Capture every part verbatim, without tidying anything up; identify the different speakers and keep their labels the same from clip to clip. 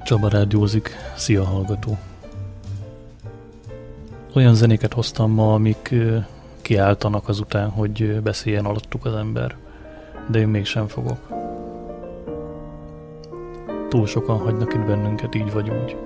Speaker 1: Csaba rádiózik. Szia, hallgató! Olyan zenéket hoztam ma, amik kiáltanak azután, hogy beszéljen alattuk az ember. De én mégsem fogok. Túl sokan hagynak itt bennünket, így vagy úgy.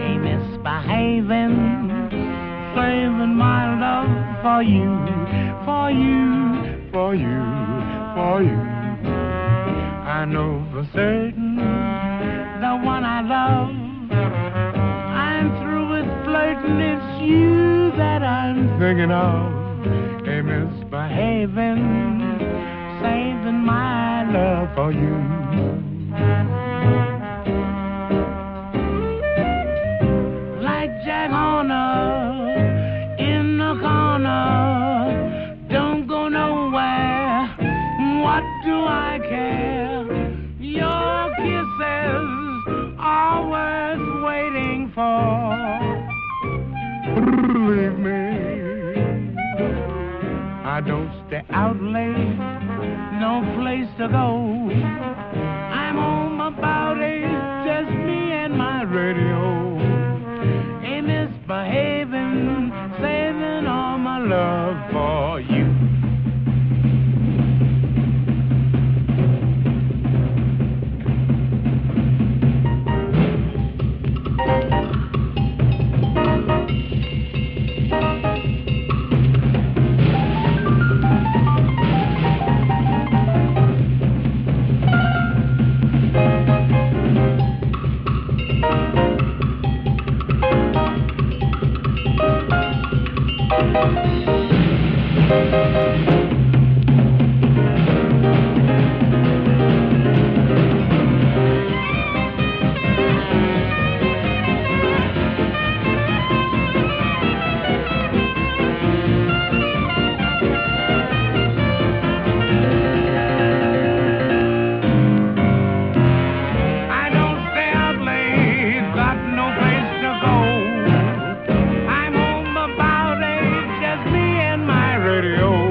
Speaker 2: ain't misbehaving, saving my love for you, for you, for you, for you. I know for certain the one I love, I'm through with flirting, it's you that I'm thinking of. Ain't misbehaving, saving my love for you. Like Jack Horner in the corner, don't go nowhere, what do I care? Your kisses are worth waiting for. Believe me, I don't stay out late, no place to go. I'm home about eight, just me and my radio. Ain't misbehaving, saving all my love for you. Radio.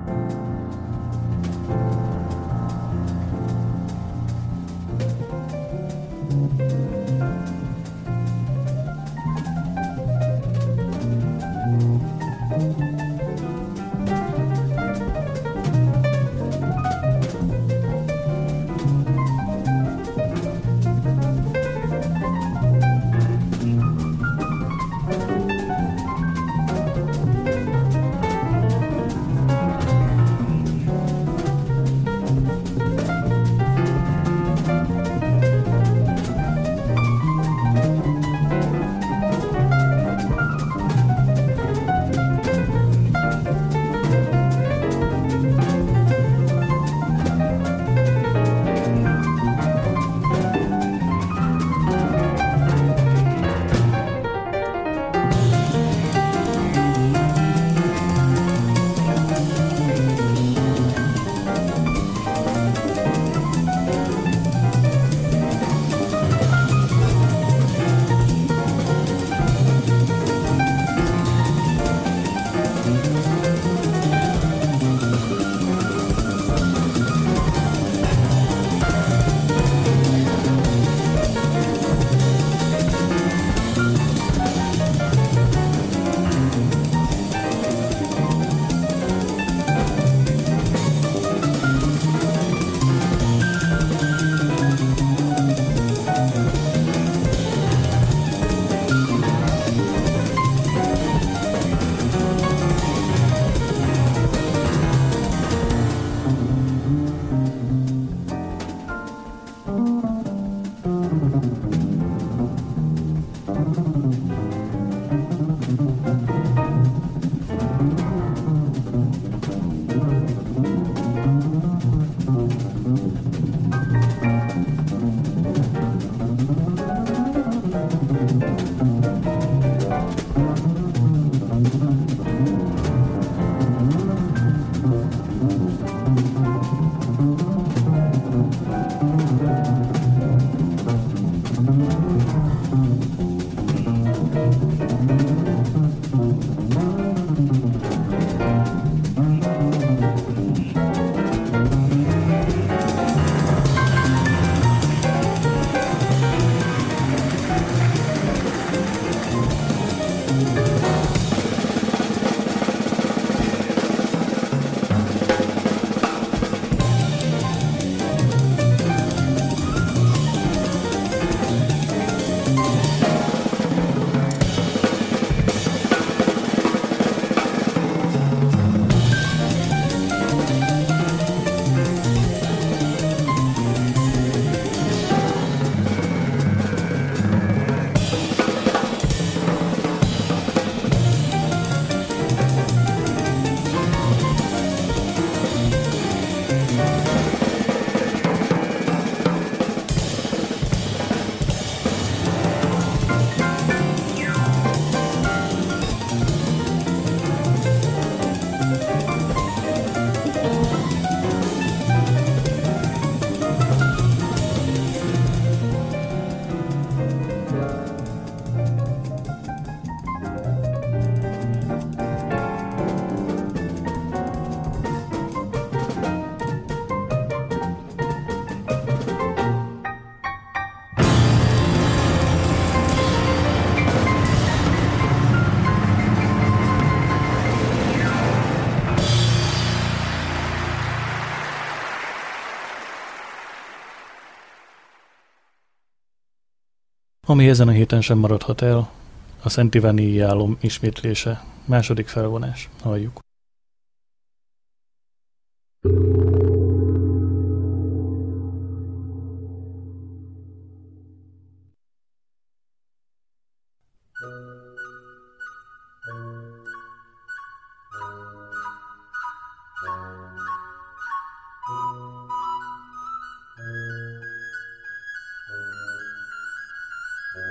Speaker 1: Ami ezen a héten sem maradhat el, a Szent Iványi álom ismétlése, második felvonás. Halljuk.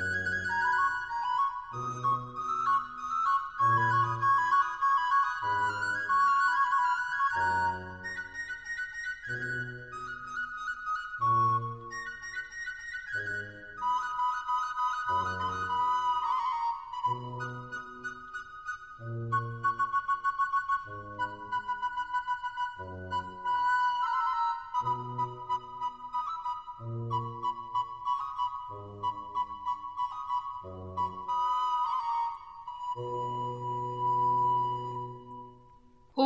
Speaker 3: Thank you.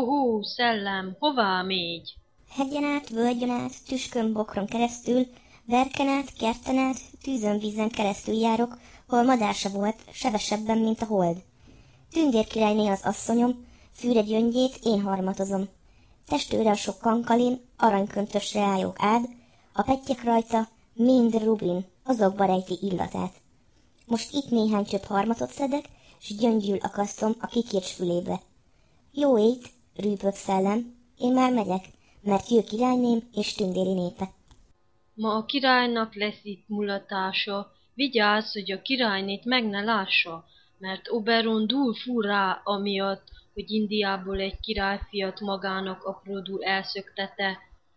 Speaker 3: Hó-hó, szellem, hová mégy?
Speaker 4: Hegyen át, völgyön át, tüskön, bokron keresztül, verken át, kerten át, tűzön, vízen keresztül járok, hol madár se volt, sevesebben, mint a hold. Tündér királyné az asszonyom, fűre gyöngyét én harmatozom. Testőre a sok kankalin, aranyköntösre ájók ád, a pettyek rajta mind rubin, azokba rejti illatát. Most itt néhány csöpp harmatot szedek, s gyöngyül akasztom a kikircs fülébe. Jó ét, rűpök szellem, én már megyek, mert jő királyném és tündéri népe.
Speaker 3: Ma a királynak lesz itt mulatása, vigyázz, hogy a királynét meg ne lássa, mert Oberon dúl fúr rá amiatt, hogy Indiából egy királyfiat magának apródul elszöktete.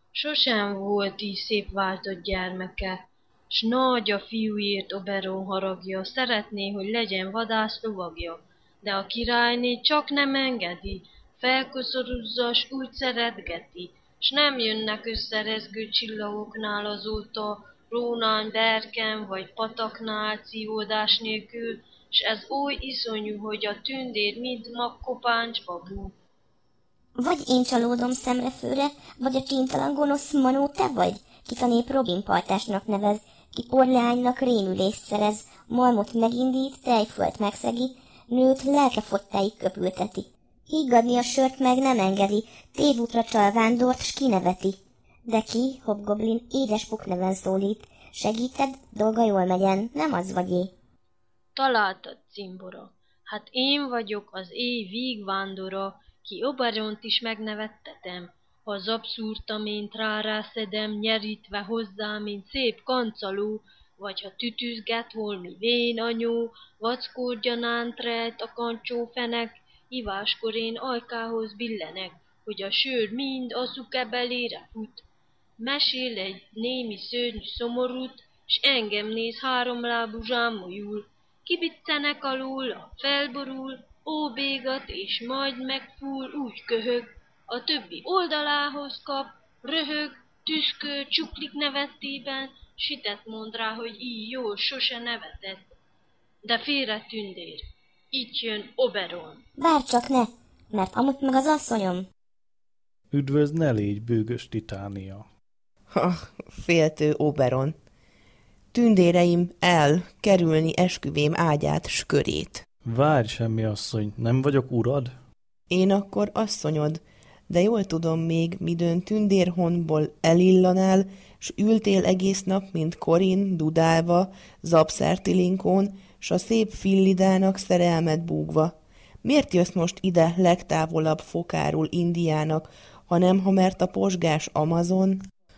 Speaker 3: Sosem volt így szép váltott gyermeke, s nagy a fiúért Oberon haragja, szeretné, hogy legyen vadász lovagja, de a királyné csak nem engedi, felkoszorúzza, s úgy szeretgeti, s nem jönnek össze rezgő csillagoknál azóta, Rónán, Berken vagy pataknál szívódás nélkül, s ez oly iszonyú, hogy a tündér mind magkopáncsba búg.
Speaker 4: Vagy én csalódom szemrefőre, vagy a csintalan gonosz Manó te vagy, kit a nép Robin partásnak nevez, ki porleánynak rémülést szerez, malmot megindít, tejfölt megszegi, nőt lelkefottáig köpülteti. Higgadni a sört meg nem engedi, tévútra csal vándort, s kineveti. De ki, Hobgoblin, édes Puck neven szólít, segíted, dolga jól megyen, nem az vagyé.
Speaker 3: Találtad, cimbora, hát én vagyok az éj vígvándora, ki Oberont is megnevettetem, ha az abszúrtam én rárá-szedem, nyerítve hozzá, mint szép kancaló, vagy ha tütüzget holmi vén anyó, vackót gyanánt rejt a kancsó fenek, iváskor én ajkához billenek, hogy a sör mind a szuke belére fut. Mesél egy némi szörny szomorút, s engem néz háromlábú zsámolyul. Kibiccenek alóla, felborul, óbégat, és majd megfúl, úgy köhög. A többi oldalához kap, röhög, tüskör, csuklik nevettében, sitet mond rá, hogy így jól sose nevetett. De félre tündér, itt jön Oberon.
Speaker 4: Bárcsak ne, mert amúgy meg az asszonyom.
Speaker 1: Üdvözl, ne légy, bőgös Titánia.
Speaker 5: Ha, féltő Oberon. Tündéreim el, kerülni esküvém ágyát s körét.
Speaker 1: Várj, semmi asszony, nem vagyok urad?
Speaker 5: Én akkor asszonyod, de jól tudom még, midőn tündérhonból elillanál, s ültél egész nap, mint Corin, dudálva, Zabszertilinkón, s a szép Fillidának szerelmet búgva. Miért jössz most ide legtávolabb fokárul Indiának, hanem ha mert a posgás Amazon?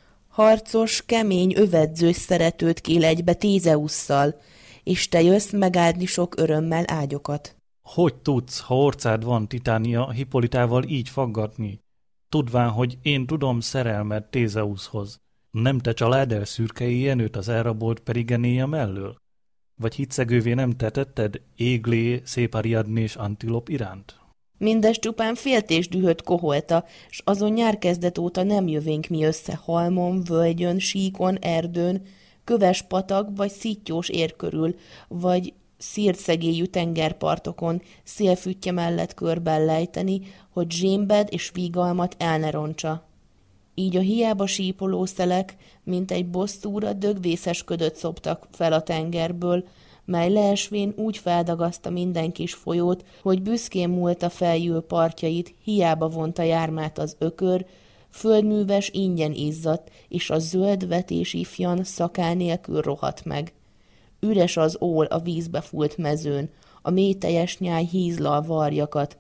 Speaker 5: Harcos, kemény, övedzős szeretőt kél egybe Tézeusszal, és te jössz megáldni sok örömmel ágyokat.
Speaker 1: Hogy tudsz, ha orcád van, Titánia, Hippolitával így faggatni? Tudván, hogy én tudom szerelmet Tézeuszhoz. Nem te család el szürke éjjenőt az elrabolt Perigenéja mellől? Vagy hitszegővé nem tetetted Églé, szép Ariadné és Antilop iránt?
Speaker 5: Mindez csupán féltés dühöt koholta, s azon nyárkezdet óta nem jövénk mi össze halmon, völgyön, síkon, erdőn, köves patak vagy szittyós ér körül, vagy szírtszegélyű tengerpartokon szélfüttye mellett körben lejteni, hogy zsémbed és vígalmat el ne roncsa. Így a hiába sípoló szelek, mint egy bosszúra dögvészes ködöt szoptak fel a tengerből, mely leesvén úgy feldagaszta minden kis folyót, hogy büszkén múlta feljül partjait, hiába vonta jármát az ökör, földműves ingyen izzadt, és a zöld vetés ifjan szaká nélkül rohadt meg. Üres az ól a vízbe fúlt mezőn, a mélyteljes nyáj hízla a varjakat.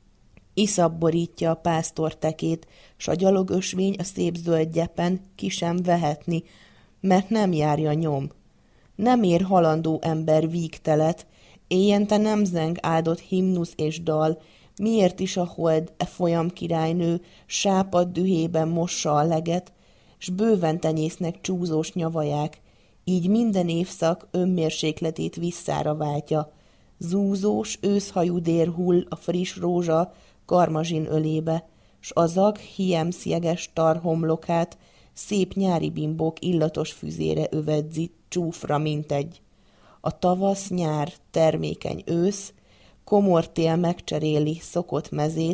Speaker 5: Iszap borítja a pásztor tekét, s a gyalogösvény a szép zöld gyepen ki sem vehetni, mert nem járja nyom. Nem ér halandó ember vígtelet, éjjente nem zeng áldott himnusz és dal, miért is a hold e folyam királynő sápad dühében mossa a leget, s bőven tenyésznek csúzós nyavaják, így minden évszak önmérsékletét visszára váltja. Zúzós, őszhajú dér hull a friss rózsa karmazsin ölébe, s a zag hiemszjeges tarhomlokát szép nyári bimbók illatos füzére övedzi csúfra mintegy. A tavasz, nyár, termékeny ősz, komor tél megcseréli szokott mezét,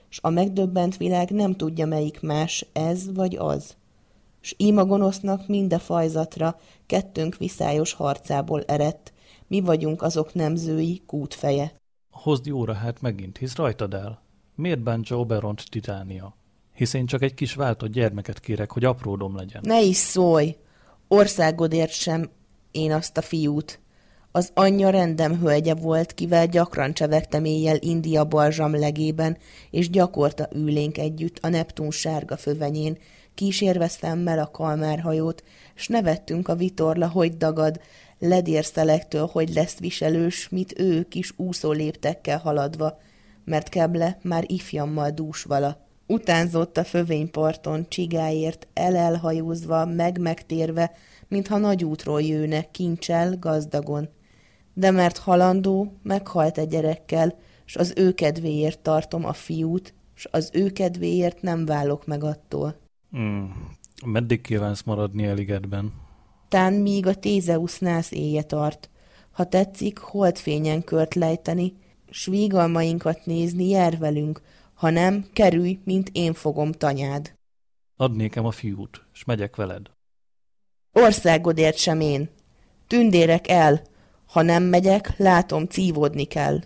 Speaker 5: s a megdöbbent világ nem tudja, melyik más, ez vagy az. S ím a gonosznak mind a fajzatra, kettőnk viszályos harcából eredt, mi vagyunk azok nemzői kútfeje.
Speaker 1: Hozd jóra hát megint, hisz rajtad áll. Miért bántsa Oberont Titánia? Hisz én csak egy kis váltott gyermeket kérek, hogy apródom legyen.
Speaker 5: Ne is szólj! Országodért sem én azt a fiút. Az anyja rendem hölgye volt, kivel gyakran csevegtem éjjel India balzsam legében, és gyakorta űlénk együtt a Neptún sárga fövenyén, kísérve szemmel a kalmárhajót, s nevettünk a vitorla, hogy dagad, ledérszelektől, hogy lesz viselős, mit ő kis úszó léptekkel haladva, mert Keble már ifjammal dús vala. Utánzott a fövényparton, csigáért, elelhajózva, meg-megtérve, mintha nagy útról jőne, kincsel, gazdagon. De mert halandó, meghalt egy gyerekkel, s az ő kedvéért tartom a fiút, s az ő kedvéért nem válok meg attól.
Speaker 1: Hmm. Meddig kívánsz maradni Eligedben?
Speaker 5: Tán míg a Tézeusz nász éje tart. Ha tetszik, holdfényen kört lejteni, s vígalmainkat nézni jár velünk, ha nem, kerülj, mint én fogom tanyád.
Speaker 1: Add nékem a fiút, s megyek veled.
Speaker 5: Országodért sem én. Tündérek el, ha nem megyek, látom, cívódni kell.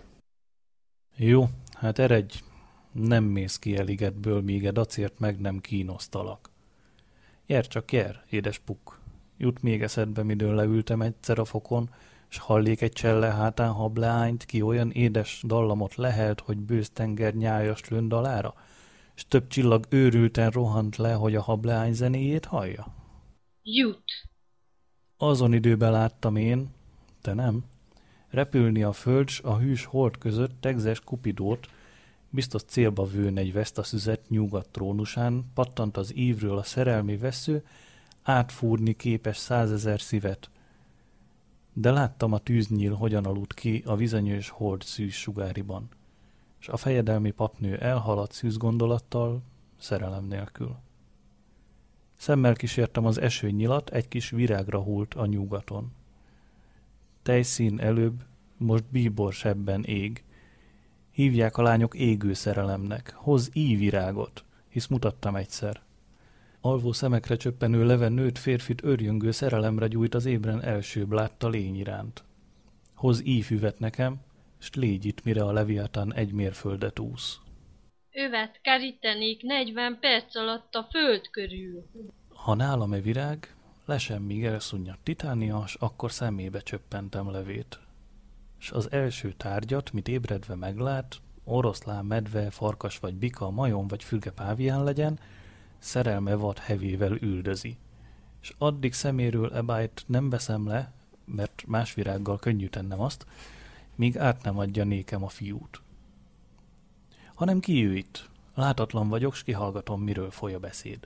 Speaker 1: Jó, hát eredj, nem mész ki Eligedből, míg edacért meg nem kínosztalak. Jár csak jár, édes Puk. Jut még eszedbe, midőn leültem egyszer a fokon, s hallék egy cselle hátán hableányt, ki olyan édes dallamot lehelt, hogy bősz tenger nyájas lőn dalára, s több csillag őrülten rohant le, hogy a hableány zenéjét hallja.
Speaker 3: Jut.
Speaker 1: Azon időben láttam én, te nem, repülni a föld s a hűs hold között tegzes Kupidót, biztos célba vőn egy vesztaszüzet nyugat trónusán, pattant az ívről a szerelmi vesző, átfúrni képes százezer szívet. De láttam a tűznyíl, hogyan aludt ki a vizenyős hold szűz sugáriban, s a fejedelmi papnő elhaladt szűz gondolattal, szerelem nélkül. Szemmel kísértem az esőnyilat, egy kis virágra hult a nyugaton. Tejszín előbb, most bíbor sebben ég. Hívják a lányok égő szerelemnek, hozz íjvirágot, hisz mutattam egyszer. Alvó szemekre csöppenő leve nőtt férfit örjöngő szerelemre gyújt az ébren elsőbb látta lény iránt. Hozz íjfüvet nekem, s légy itt, mire a Leviatán egy mérföldet úsz.
Speaker 3: Övet kerítenék negyven perc alatt a föld körül.
Speaker 1: Ha nálam e virág, lesem, míg elszunnyad Titánia, s akkor szemébe csöppentem levét. S az első tárgyat, mit ébredve meglát, oroszlán, medve, farkas vagy bika, majom vagy fülge pávián legyen, szerelme vad hevével üldözi. És addig szeméről ebájt nem veszem le, mert más virággal könnyű tennem azt, míg át nem adja nékem a fiút. Hanem ki ő itt? Látatlan vagyok, s kihallgatom, miről foly a beszéd.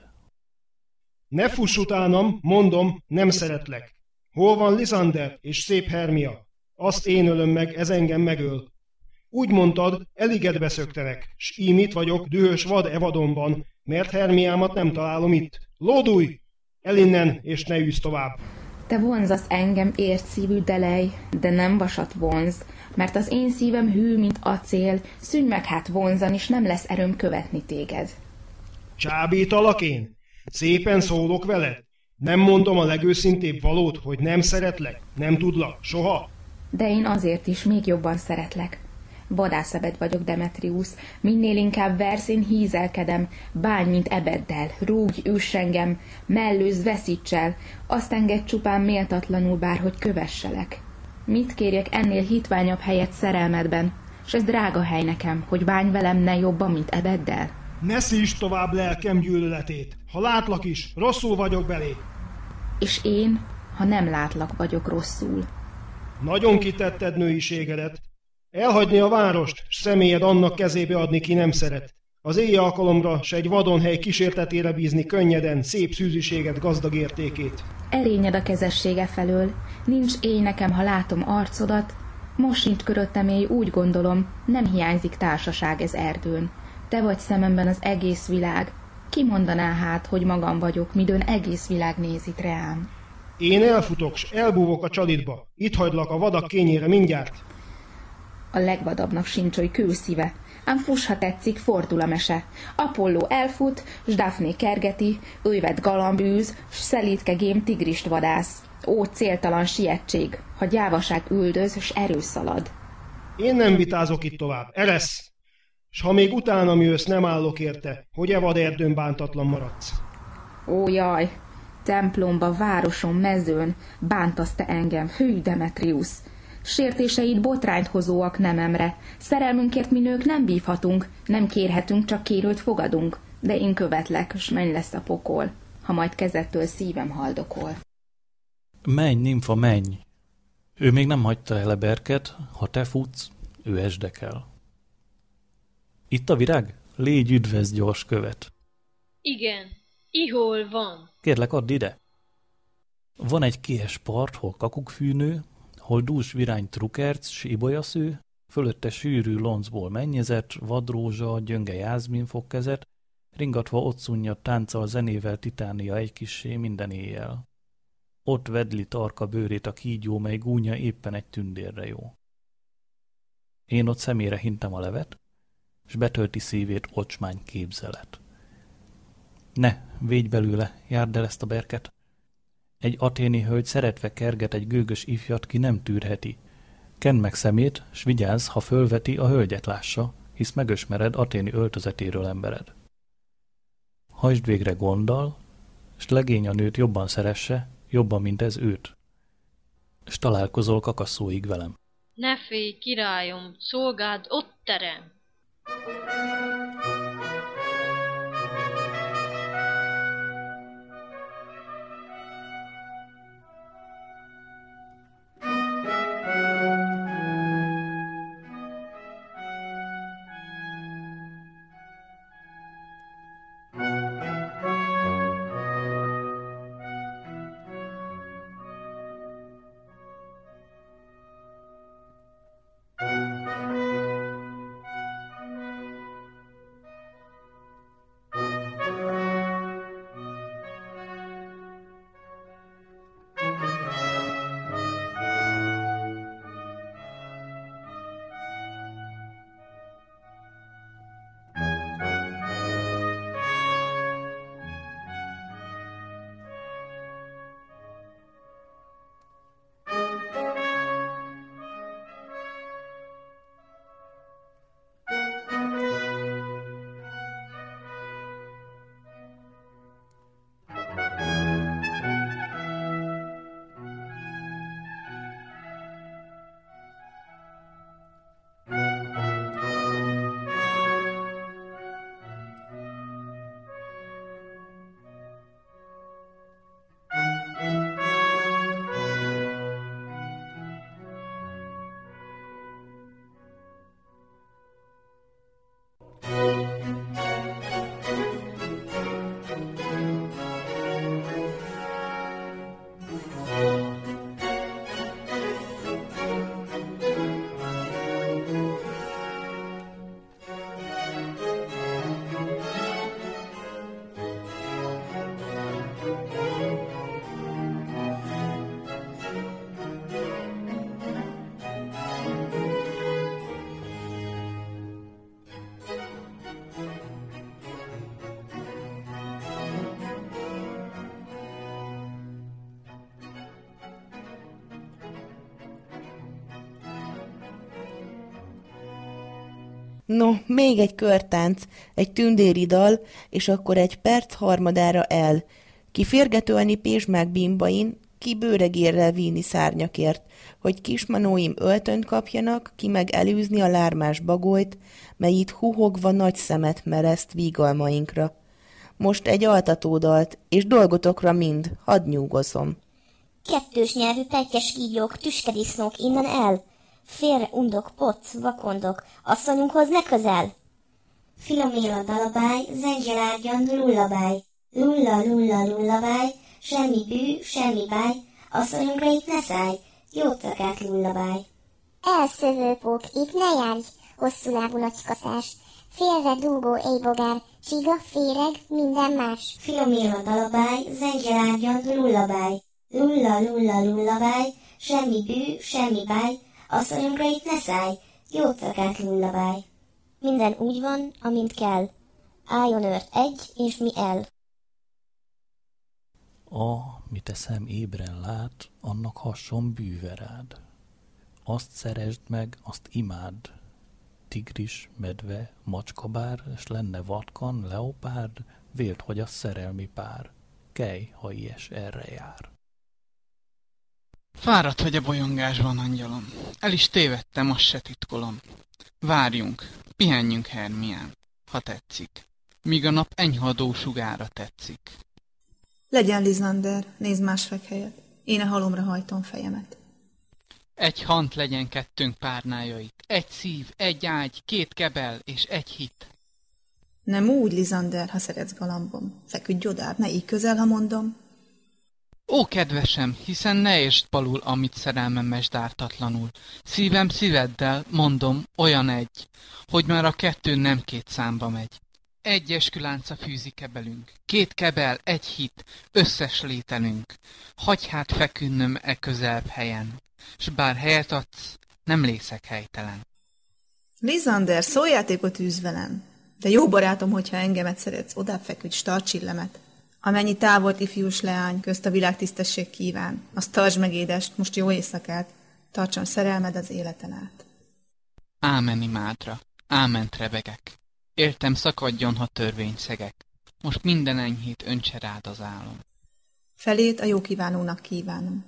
Speaker 6: Ne fuss utánam, mondom, nem szeretlek. Hol van Lisander és szép Hermia? Azt én ölöm meg, ez engem megöl. Úgy mondtad, Eligedbe szöktenek, s ím itt vagyok dühös vad Evadonban, mert Hermiámat nem találom itt. Lódulj! El innen, és ne űzz tovább.
Speaker 7: Te vonzasz engem ért szívű delej, de nem vasat vonz, mert az én szívem hű, mint acél, szűnj meg hát vonzan, és nem lesz erőm követni téged.
Speaker 6: Csábítalak én? Szépen szólok veled? Nem mondom a legőszintébb valót, hogy nem szeretlek, nem tudlak, soha?
Speaker 7: De én azért is még jobban szeretlek. Vadászebed vagyok, Demetrius, minél inkább versz, én hízelkedem, bánj, mint ebeddel, rúgj, üss engem, mellőzz, veszíts el, azt engedj csupán méltatlanul, bárhogy kövesselek. Mit kérjek ennél hitványabb helyet szerelmedben, s ez drága hely nekem, hogy bánj velem ne jobban, mint ebeddel?
Speaker 6: Ne szítsd tovább lelkem gyűlöletét, ha látlak is, rosszul vagyok belé.
Speaker 7: És én, ha nem látlak, vagyok rosszul.
Speaker 6: Nagyon kitetted nőiségedet. Elhagyni a várost, s személyed annak kezébe adni, ki nem szeret. Az éj alkalomra, s egy vadonhely kísértetére bízni könnyeden, szép szűzűséget, gazdag értékét.
Speaker 7: Erényed a kezessége felől, nincs éj nekem, ha látom arcodat, most sincs köröttem éj, úgy gondolom, nem hiányzik társaság ez erdőn. Te vagy szememben az egész világ. Ki mondaná hát, hogy magam vagyok, midőn egész világ néz itt reám?
Speaker 6: Én elfutok, s elbúvok a csalidba. Itt hagylak a vadak kényére mindjárt.
Speaker 7: A legvadabbnak sincs oly kőszíve. ám fuss, ha tetszik, fordul a mese. Apolló elfut, s Daphné kergeti, ővet galambűz, s szelítke gém tigrist vadász. Ó, céltalan sietség, ha gyávaság üldöz, s erő szalad.
Speaker 6: Én nem vitázok itt tovább, eresz! S ha még utánam jössz, nem állok érte, hogy e vaderdőn bántatlan maradsz.
Speaker 7: Ó, jaj! Templomba, városon, mezőn bántasz te engem, hű Demetrius! Sértéseid botrányt hozóak nememre. Szerelmünkért mi nők nem bívhatunk, nem kérhetünk, csak kérőt fogadunk. De én követlek, s menj lesz a pokol, ha majd kezettől szívem haldokol.
Speaker 1: Menj, nimfa, menj! Ő még nem hagyta el a berket, ha te futsz, ő esdekel. Itt a virág? Légy üdvözl, gyors követ!
Speaker 3: Igen, ihol van?
Speaker 1: Kérlek, add ide! Van egy kéhes part, hol kakukkfűnő, hol dús virány trukerc, s ibolyasző, fölötte sűrű loncból mennyezet, vadrózsa, gyönge jázmin fogkezet, ringatva ott szunnyad tánccal zenével Titánia egy kissé minden éjjel. Ott vedli tarka bőrét a kígyó, mely gúnya éppen egy tündérre jó. Én ott szemére hintem a levet, s betölti szívét ocsmány képzelet. Ne, védj belőle, járd el ezt a berket! Egy aténi hölgy szeretve kerget egy gőgös ifjat, ki nem tűrheti. Kend meg szemét, s vigyázz, ha fölveti, a hölgyet lássa, hisz megösmered aténi öltözetéről embered. Hajtsd végre gonddal, s legény a nőt jobban szeresse, jobban, mint ez őt. S találkozol kakaszóig velem.
Speaker 3: Ne félj, királyom, szolgád ott terem!
Speaker 5: No, még egy körtánc, egy tündéri dal, és akkor egy perc harmadára el. Ki férgetölni pézsmák bimbain, ki bőregérrel víni szárnyakért, hogy kismanóim öltönt kapjanak, ki meg elűzni a lármás bagolyt, mely itt huhogva nagy szemet mereszt vígalmainkra. Most egy altatódalt, és dolgotokra mind, hadd nyúgozom.
Speaker 4: Kettős nyelvű pettyes kígyók, tüskedisznók innen el! Félre undok, poc, vakondok, asszonyunkhoz ne közel! Filoméla dalabály, zengjelárgyan lullabály, lulla, lulla, lullabály, semmi bű, semmi báj, asszonyunkra itt ne szállj, jócakát lullabály.
Speaker 8: Elszövőpók, itt ne járj, hosszú lábú nagykaszás, félre dúgó éjbogár, csiga, féreg, minden más.
Speaker 4: Filoméla dalabály, zengjelárgyan lullabály, lulla, lulla, lullabály, semmi bű, semmi báj, asszonyunkra itt ne szállj, jócakát lullabály. Minden úgy van, amint kell. Álljon ört egy, és mi el.
Speaker 1: A, mit eszem ébren lát, annak hasson bűve rád. Azt szeresd meg, azt imád. Tigris, medve, macskabár, s lenne vatkan, leopárd, vélt, hogy a szerelmi pár. Kej, ha ilyes erre jár.
Speaker 9: Fáradt vagy a bolyongásban, angyalom. El is tévedtem, azt se titkolom. Várjunk, pihenjünk Hermián, ha tetszik. Míg a nap enyhadó sugára tetszik.
Speaker 10: Legyen, Lisander, nézd más fek helyet. Én a halomra hajtom fejemet.
Speaker 9: Egy hant legyen kettőnk párnájait. Egy szív, egy ágy, két kebel és egy hit.
Speaker 10: Nem úgy, Lisander, ha szeretsz galambom. Feküdj odább, ne így közel, ha mondom.
Speaker 9: Ó, kedvesem, hiszen ne értsd balul, amit szerelmemes dártatlanul. Szívem szíveddel, mondom, olyan egy, hogy már a kettő nem két számba megy. Egy eskülánca fűzi kebelünk, két kebel, egy hit, összes lételünk. Hagy hát fekünnöm e közelebb helyen, s bár helyet adsz, nem lészek helytelen.
Speaker 10: Lisander, szójátékot űz velem. De jó barátom, hogyha engemet szeretsz, odább feküdj, s tarts illemet. Amennyi távolt ifjús leány, közt a világ tisztesség kíván, azt tartsd meg édest, most jó éjszakát, tartson szerelmed az életen át.
Speaker 9: Ámen imádra, áment rebegek. Értem szakadjon, ha törvény szegek. Most minden enyhét öntse rád az álom.
Speaker 10: Felét a jó kívánónak kívánom.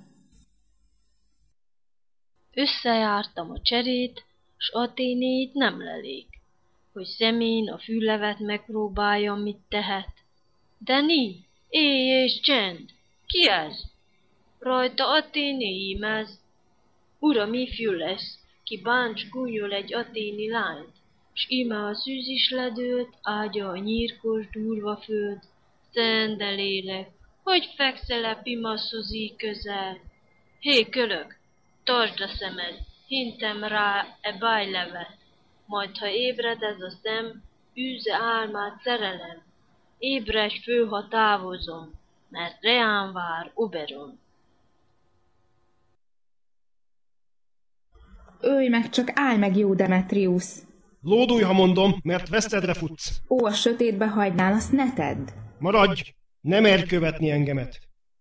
Speaker 3: Összejártam a cserét, s Athénét nem lelék, hogy szemén a füllevet megpróbáljam, mit tehet. De ni, éj és csend, ki ez? Rajta Athéné ímez. Uram, ifjú lesz, ki bánts gúnyol egy athéni lányt, s íme a szűz is ledőlt, ágya a nyírkos durva föld. Szent a lélek, hogy fekszel-e pimaszozik közel? Hé, kölök, tartsd a szemed, hintem rá e bájlevet, majd ha ébred ez a szem, űze álmát szerelem. Ébredj fő, ha távozom, mert reám vár Oberon.
Speaker 7: Ölj meg, csak állj meg, jó Demetrius!
Speaker 6: Lódulj, ha mondom, mert vesztedre futsz.
Speaker 7: Ó, a sötétbe hagynál, azt ne tedd!
Speaker 6: Maradj! Ne merj követni engemet!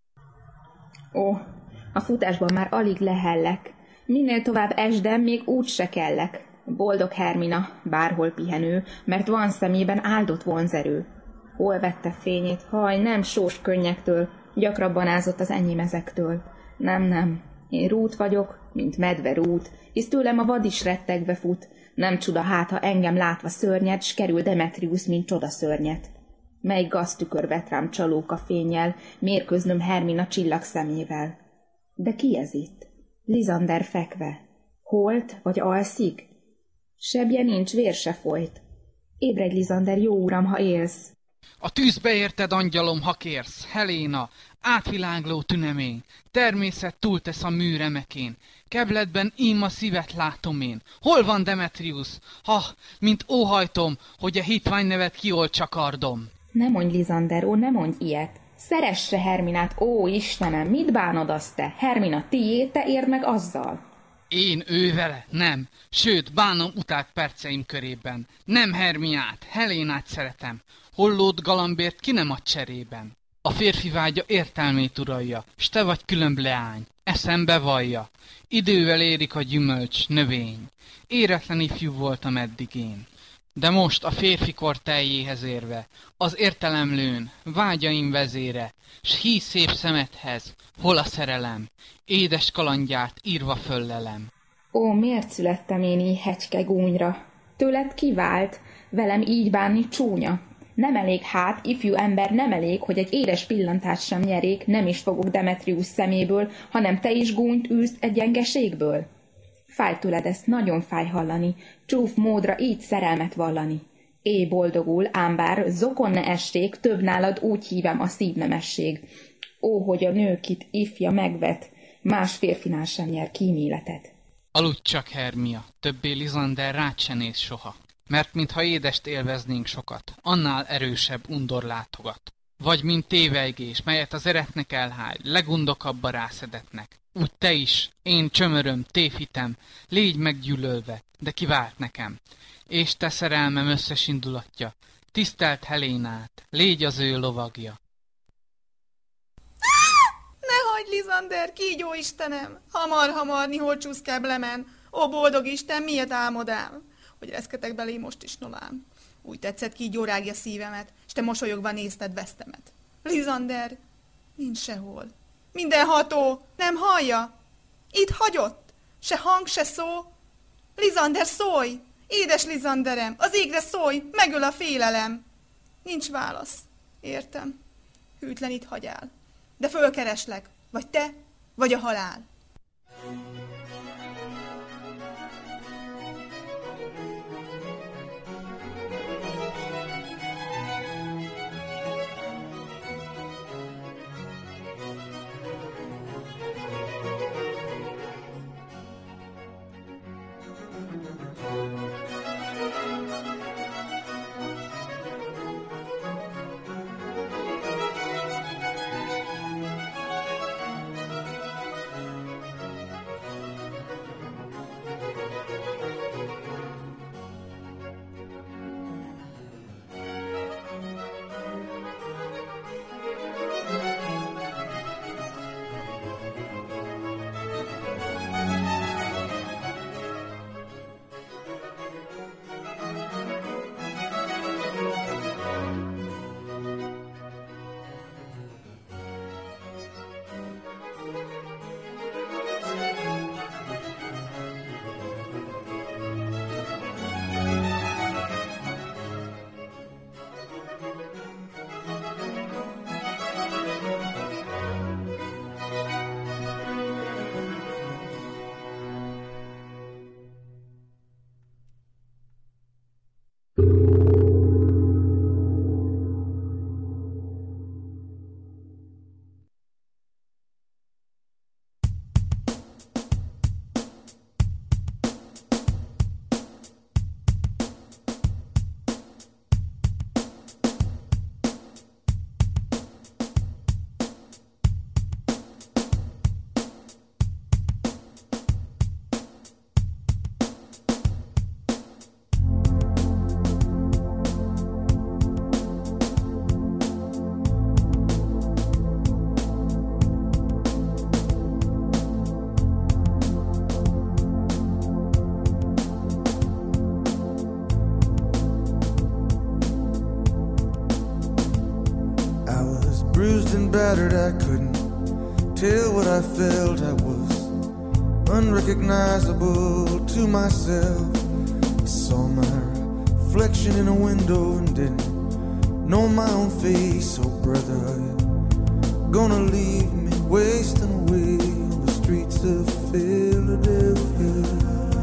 Speaker 7: Ó, a futásban már alig lehellek. Minél tovább esdem, még úgy se kellek. Boldog Hermina, bárhol pihenő, mert van szemében áldott vonzerő. Hol vette fényét? Haj, nem sós könnyektől, gyakrabban ázott az enyém ezektől. Nem, nem, én rút vagyok, mint medve rút, hisz tőlem a vad is rettegve fut. Nem csuda hát, ha engem látva szörnyed, s kerül Demetrius, mint csodaszörnyet. Mely gaztükör vet rám csalóka fénnyel, mérkőznöm Hermina csillag szemével. De ki ez itt? Lisander fekve. Holt vagy alszik? Sebje nincs, vér se folyt. Ébredj, Lisander, jó uram, ha élsz.
Speaker 9: A tűzbe érted, angyalom, ha kérsz, Heléna, átvilágló tünemény, természet túltesz a műremekén, kebledben ím a szívet látom én. Hol van Demetrius? Ha, mint óhajtom, hogy a hitvány nevet kioltsa kardom.
Speaker 7: Ne mondj, Lisander, ó, ne mondj ilyet. Szeresse Herminát, ó Istenem, mit bánod azt te? Hermina tié, te érd meg azzal.
Speaker 9: Én ő vele? Nem. Sőt, bánom utált perceim körében. Nem Hermiát, Helénát szeretem. Hollót galambért ki nem ad cserében. A férfi vágya értelmét uralja, s te vagy különb leány, eszembe vallja. Idővel érik a gyümölcs, növény. Éretlen ifjú voltam eddig én. De most a férfi kor teljéhez érve, az értelem lőn, vágyaim vezére, s hí szép szemedhez, hol a szerelem, édes kalandját írva föllelem.
Speaker 7: Ó, miért születtem én így hecske gúnyra? Tőled kivált, velem így bánni csúnya. Nem elég hát, ifjú ember, nem elég, hogy egy édes pillantást sem nyerék, nem is fogok Demetrius szeméből, hanem te is gúnyt űzd egy gyengeségből. Fáj tőled ezt, nagyon fáj hallani, csúf módra így szerelmet vallani. Éj boldogul, ám bár zokon ne esték, több nálad úgy hívem a szívnemesség. Ó, hogy a nő, kit ifja megvet, más férfinál sem nyer kíméletet.
Speaker 9: Aludj csak, Hermia, többé Lisander rád se néz soha, mert mintha édest élveznénk sokat, annál erősebb undor látogat. Vagy mint tévejgés, melyet az eretnek elháj, legundokabb a rászedetnek. Úgy te is, én csömöröm, tévhitem, légy meggyűlölve, de kivált nekem. és te szerelmem összes indulatja, tisztelt Helénát, légy az ő lovagja.
Speaker 10: Ne hagyd, Lizander, kígyó Istenem! Hamar-hamar, nihol csúszkább lemen. Ó, boldog Isten, miért álmodám? Hogy reszketek belé most is novám. Úgy tetszett, kígyó rágja szívemet, s te mosolyogva nézted vesztemet. Lizander, nincs sehol. Mindenható, nem hallja? Itt hagyott, se hang, se szó. Lizander, szólj! Édes Lizanderem, az égre szólj, megöl a félelem. Nincs válasz, értem. Hűtlen itt hagyál. De fölkereslek, vagy te, vagy a halál.
Speaker 11: Battered, I couldn't tell what I felt. I was unrecognizable to myself. I saw my reflection in a window and didn't know my own face. Oh brother, are you gonna leave me wasting away on the streets of Philadelphia?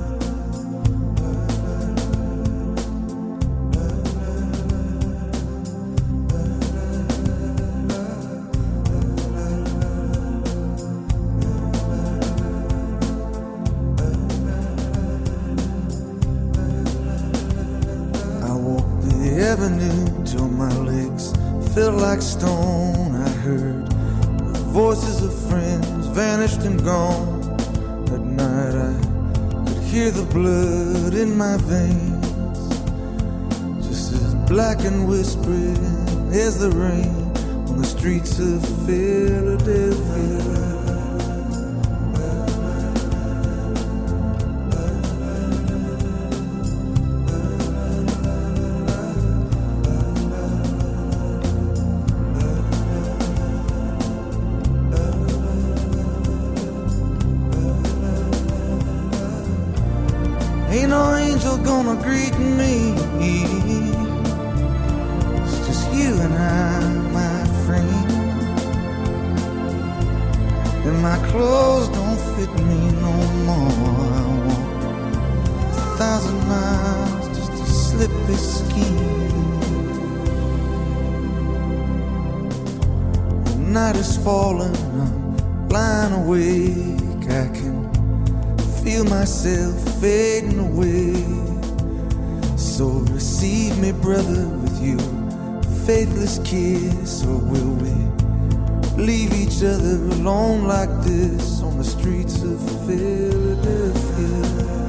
Speaker 11: Like stone, I heard the voices of friends vanished and gone. At night I could hear the blood in my veins, just as black and whispering as the rain on the streets of Philadelphia. Ain't no angel gonna greet me. It's just you and I, my friend. And my clothes don't fit me no more. I walk a thousand miles just to slip this skin. The night is falling, I'm lying awake. I can feel myself fading away. So receive me, brother, with your faithless kiss. Or will we leave each other alone like this on the streets of Philadelphia?